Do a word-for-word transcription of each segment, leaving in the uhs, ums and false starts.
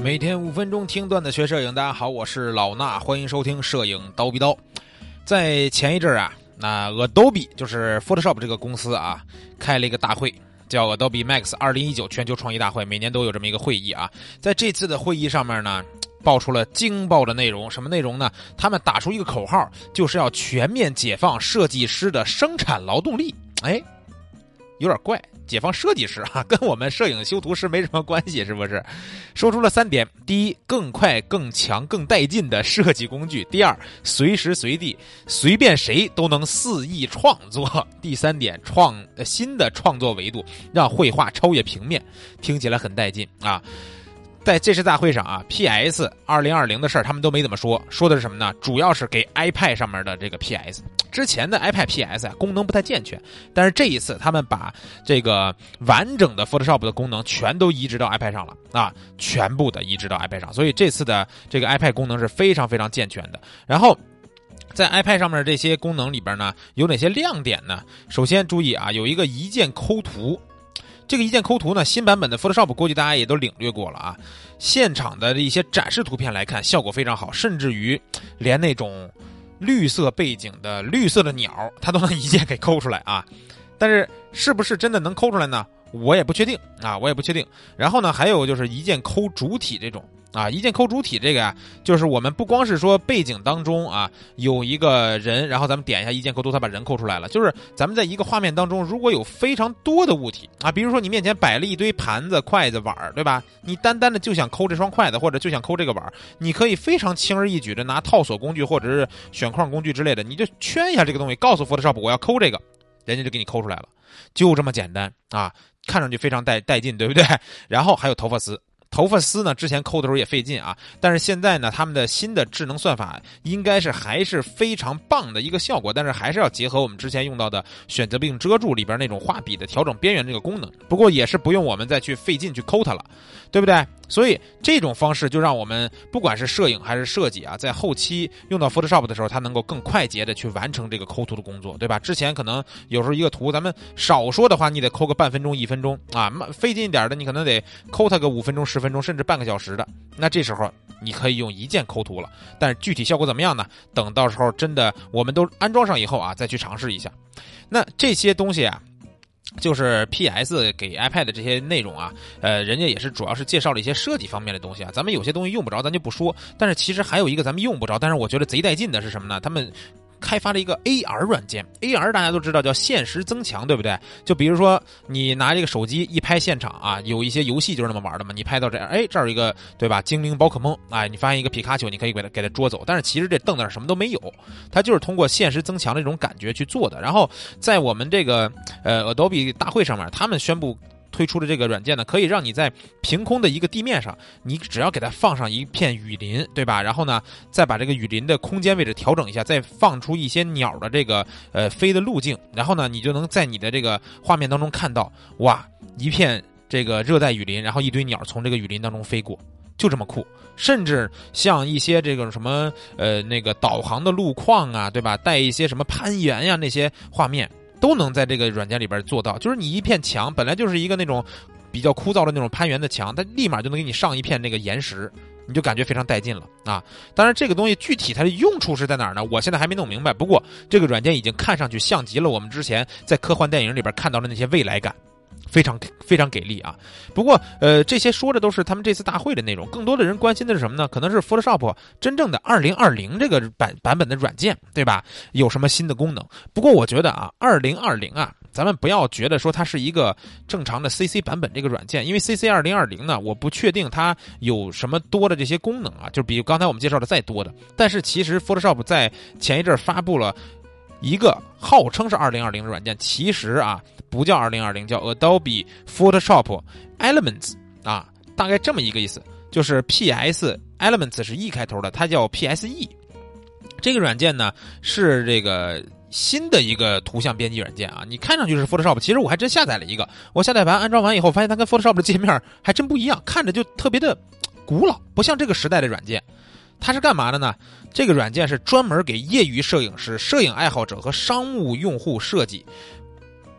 每天五分钟听段子学摄影，大家好，我是老衲，欢迎收听摄影刀逼刀。在前一阵啊，那 Adobe 就是 Photoshop 这个公司啊，开了一个大会，叫 Adobe Max 二零一九全球创意大会，每年都有这么一个会议啊。在这次的会议上面呢，爆出了惊爆的内容，什么内容呢？他们打出一个口号，就是要全面解放设计师的生产劳动力。哎，有点怪。解放设计师啊，跟我们摄影修图师没什么关系，是不是？说出了三点：第一，更快、更强、更带劲的设计工具；第二，随时随地、随便谁都能肆意创作；第三点，创新的创作维度，让绘画超越平面。听起来很带劲啊！在这次大会上啊 ，P S 二零二零的事儿他们都没怎么说，说的是什么呢？主要是给 iPad 上面的这个 P S。之前的 iPad P S 啊功能不太健全，但是这一次他们把这个完整的 Photoshop 的功能全都移植到 iPad 上了啊，全部的移植到 iPad 上，所以这次的这个 iPad 功能是非常非常健全的。然后在 iPad 上面这些功能里边呢，有哪些亮点呢？首先注意啊，有一个一键抠图。这个一键抠图呢，新版本的 Photoshop 估计大家也都领略过了啊。现场的一些展示图片来看，效果非常好，甚至于连那种绿色背景的绿色的鸟，它都能一键给抠出来啊。但是是不是真的能抠出来呢？我也不确定啊，我也不确定。然后呢，还有就是一键抠主体这种。啊，一键抠主体这个啊，就是我们不光是说背景当中啊有一个人，然后咱们点一下一键抠图，它把人抠出来了。就是咱们在一个画面当中，如果有非常多的物体啊，比如说你面前摆了一堆盘子、筷子、碗，对吧？你单单的就想抠这双筷子，或者就想抠这个碗，你可以非常轻而易举的拿套索工具或者是选框工具之类的，你就圈一下这个东西，告诉 Photoshop 我要抠这个，人家就给你抠出来了，就这么简单啊，看上去非常带带劲，对不对？然后还有头发丝。头发丝呢，之前抠的时候也费劲啊，但是现在呢，他们的新的智能算法应该是还是非常棒的一个效果，但是还是要结合我们之前用到的选择并遮住里边那种画笔的调整边缘这个功能，不过也是不用我们再去费劲去抠它了，对不对？所以这种方式就让我们不管是摄影还是设计啊，在后期用到 Photoshop 的时候，它能够更快捷的去完成这个抠图的工作，对吧？之前可能有时候一个图，咱们少说的话，你得抠个半分钟、一分钟啊，费劲一点的，你可能得抠它个五分钟、十分钟，甚至半个小时的。那这时候你可以用一键抠图了，但是具体效果怎么样呢？等到时候真的我们都安装上以后啊，再去尝试一下。那这些东西啊，就是 P S 给 iPad 的这些内容啊，呃，人家也是主要是介绍了一些设计方面的东西啊。咱们有些东西用不着，咱就不说。但是其实还有一个咱们用不着，但是我觉得贼带劲的是什么呢？他们开发了一个 A R 软件 ，A R 大家都知道叫现实增强，对不对？就比如说你拿这个手机一拍现场啊，有一些游戏就是那么玩的嘛。你拍到这儿，哎，这儿有一个对吧？精灵宝可梦，哎，你发现一个皮卡丘，你可以给它给它捉走。但是其实这凳子上什么都没有，它就是通过现实增强的这种感觉去做的。然后在我们这个呃 Adobe 大会上面，他们宣布推出的这个软件呢，可以让你在凭空的一个地面上，你只要给它放上一片雨林，对吧？然后呢，再把这个雨林的空间位置调整一下，再放出一些鸟的这个呃飞的路径，然后呢，你就能在你的这个画面当中看到，哇，一片这个热带雨林，然后一堆鸟从这个雨林当中飞过。就这么酷，甚至像一些这个什么呃那个导航的路况啊，对吧？带一些什么攀岩呀那些画面，都能在这个软件里边做到。就是你一片墙本来就是一个那种比较枯燥的那种攀岩的墙，它立马就能给你上一片那个岩石，你就感觉非常带劲了啊！当然，这个东西具体它的用处是在哪儿呢？我现在还没弄明白。不过，这个软件已经看上去像极了我们之前在科幻电影里边看到的那些未来感。非常非常给力啊！不过，呃，这些说的都是他们这次大会的内容，更多的人关心的是什么呢？可能是 Photoshop 真正的二零二零这个版版本的软件，对吧？有什么新的功能？不过我觉得啊，二零二零啊，咱们不要觉得说它是一个正常的 C C 版本这个软件，因为 C C 二零二零呢，我不确定它有什么多的这些功能啊，就比刚才我们介绍的再多的。但是其实 Photoshop 在前一阵发布了一个号称是二零二零的软件，其实啊不叫二零二零，叫 Adobe Photoshop Elements 啊，大概这么一个意思，就是 P S Elements 是 E 开头的，它叫 P S E。这个软件呢是这个新的一个图像编辑软件啊，你看上去是 Photoshop， 其实我还真下载了一个，我下载完安装完以后，发现它跟 Photoshop 的界面还真不一样，看着就特别的古老，不像这个时代的软件。它是干嘛的呢？这个软件是专门给业余摄影师、摄影爱好者和商务用户设计，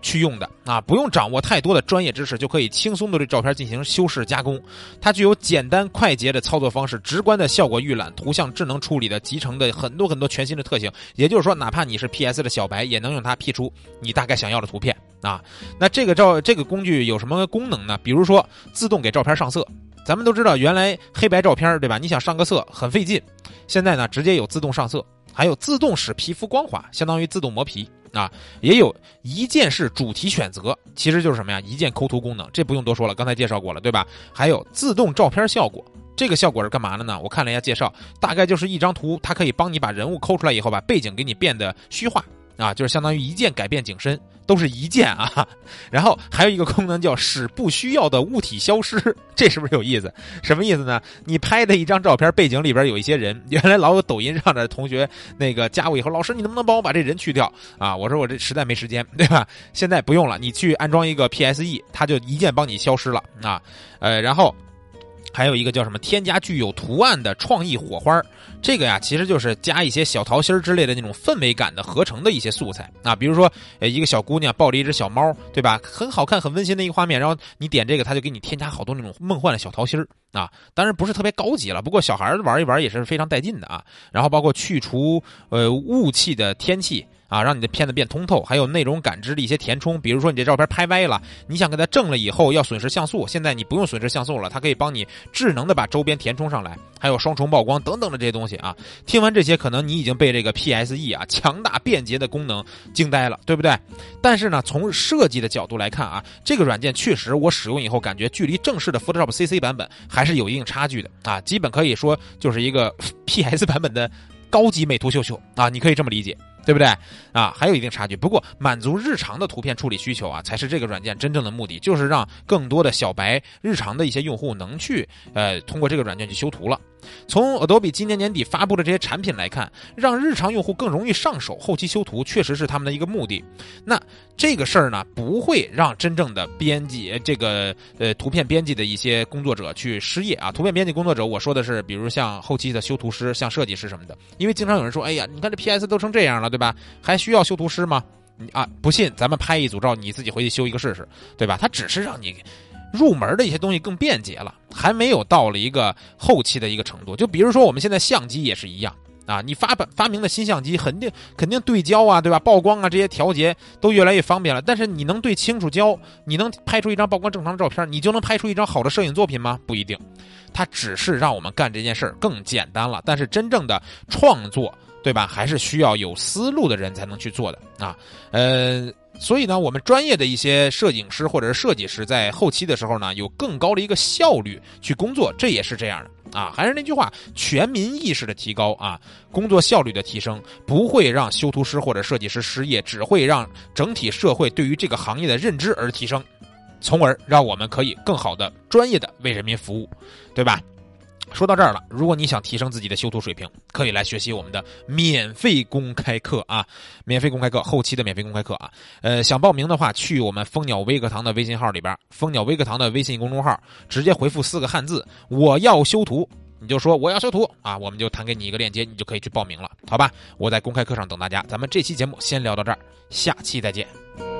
去用的啊，不用掌握太多的专业知识就可以轻松的对照片进行修饰加工。它具有简单快捷的操作方式，直观的效果预览，图像智能处理的集成的很多很多全新的特性。也就是说，哪怕你是 P S 的小白，也能用它 P 出你大概想要的图片啊。那这个照这个工具有什么功能呢？比如说自动给照片上色。咱们都知道，原来黑白照片对吧？你想上个色很费劲，现在呢直接有自动上色，还有自动使皮肤光滑，相当于自动磨皮啊。也有一键式主题选择，其实就是什么呀？一键抠图功能，这不用多说了，刚才介绍过了，对吧？还有自动照片效果。这个效果是干嘛的呢？我看了一下介绍，大概就是一张图，它可以帮你把人物抠出来以后，把背景给你变得虚化啊，就是相当于一键改变景深，都是一键啊。然后还有一个功能叫使不需要的物体消失，这是不是有意思？什么意思呢？你拍的一张照片，背景里边有一些人，原来老有抖音上的同学那个加我以后，老师你能不能帮我把这人去掉啊？我说我这实在没时间，对吧？现在不用了，你去安装一个 P S E， 它就一键帮你消失了啊。呃，然后还有一个叫什么添加具有图案的创意火花，这个呀其实就是加一些小桃心之类的那种氛围感的合成的一些素材啊，比如说呃一个小姑娘抱着一只小猫，对吧？很好看很温馨的一个画面，然后你点这个它就给你添加好多那种梦幻的小桃心啊，当然不是特别高级了，不过小孩玩一玩也是非常带劲的啊。然后包括去除呃雾气的天气啊，让你的片子变通透，还有内容感知的一些填充，比如说你这照片拍歪了，你想给它正了以后要损失像素，现在你不用损失像素了，它可以帮你智能的把周边填充上来，还有双重曝光等等的这些东西啊。听完这些，可能你已经被这个 P S E 啊强大便捷的功能惊呆了，对不对？但是呢，从设计的角度来看啊，这个软件确实我使用以后感觉距离正式的 Photoshop C C 版本还是有一定差距的啊，基本可以说就是一个 P S 版本的高级美图秀秀啊，你可以这么理解。对不对啊？还有一定差距，不过满足日常的图片处理需求啊，才是这个软件真正的目的，就是让更多的小白日常的一些用户能去呃通过这个软件去修图了。从 Adobe 今年年底发布的这些产品来看，让日常用户更容易上手后期修图，确实是他们的一个目的。那这个事儿呢，不会让真正的编辑这个呃图片编辑的一些工作者去失业啊。图片编辑工作者，我说的是，比如像后期的修图师、像设计师什么的，因为经常有人说，哎呀，你看这 P S 都成这样了，对吧？还需要修图师吗？啊，不信咱们拍一组照，你自己回去修一个试试，对吧？它只是让你入门的一些东西更便捷了，还没有到了一个后期的一个程度。就比如说我们现在相机也是一样啊，你发发明的新相机肯定肯定对焦啊，对吧？曝光啊这些调节都越来越方便了，但是你能对清楚焦，你能拍出一张曝光正常的照片，你就能拍出一张好的摄影作品吗？不一定。它只是让我们干这件事儿更简单了，但是真正的创作，对吧？还是需要有思路的人才能去做的啊。呃，所以呢，我们专业的一些摄影师或者是设计师在后期的时候呢，有更高的一个效率去工作，这也是这样的啊。还是那句话，全民意识的提高啊，工作效率的提升，不会让修图师或者设计师失业，只会让整体社会对于这个行业的认知而提升，从而让我们可以更好的专业的为人民服务，对吧？说到这儿了，如果你想提升自己的修图水平，可以来学习我们的免费公开课啊！免费公开课，后期的免费公开课啊！呃，想报名的话，去我们蜂鸟微课堂的微信号里边，蜂鸟微课堂的微信公众号，直接回复四个汉字“我要修图”，你就说我要修图啊，我们就弹给你一个链接，你就可以去报名了，好吧？我在公开课上等大家。咱们这期节目先聊到这儿，下期再见。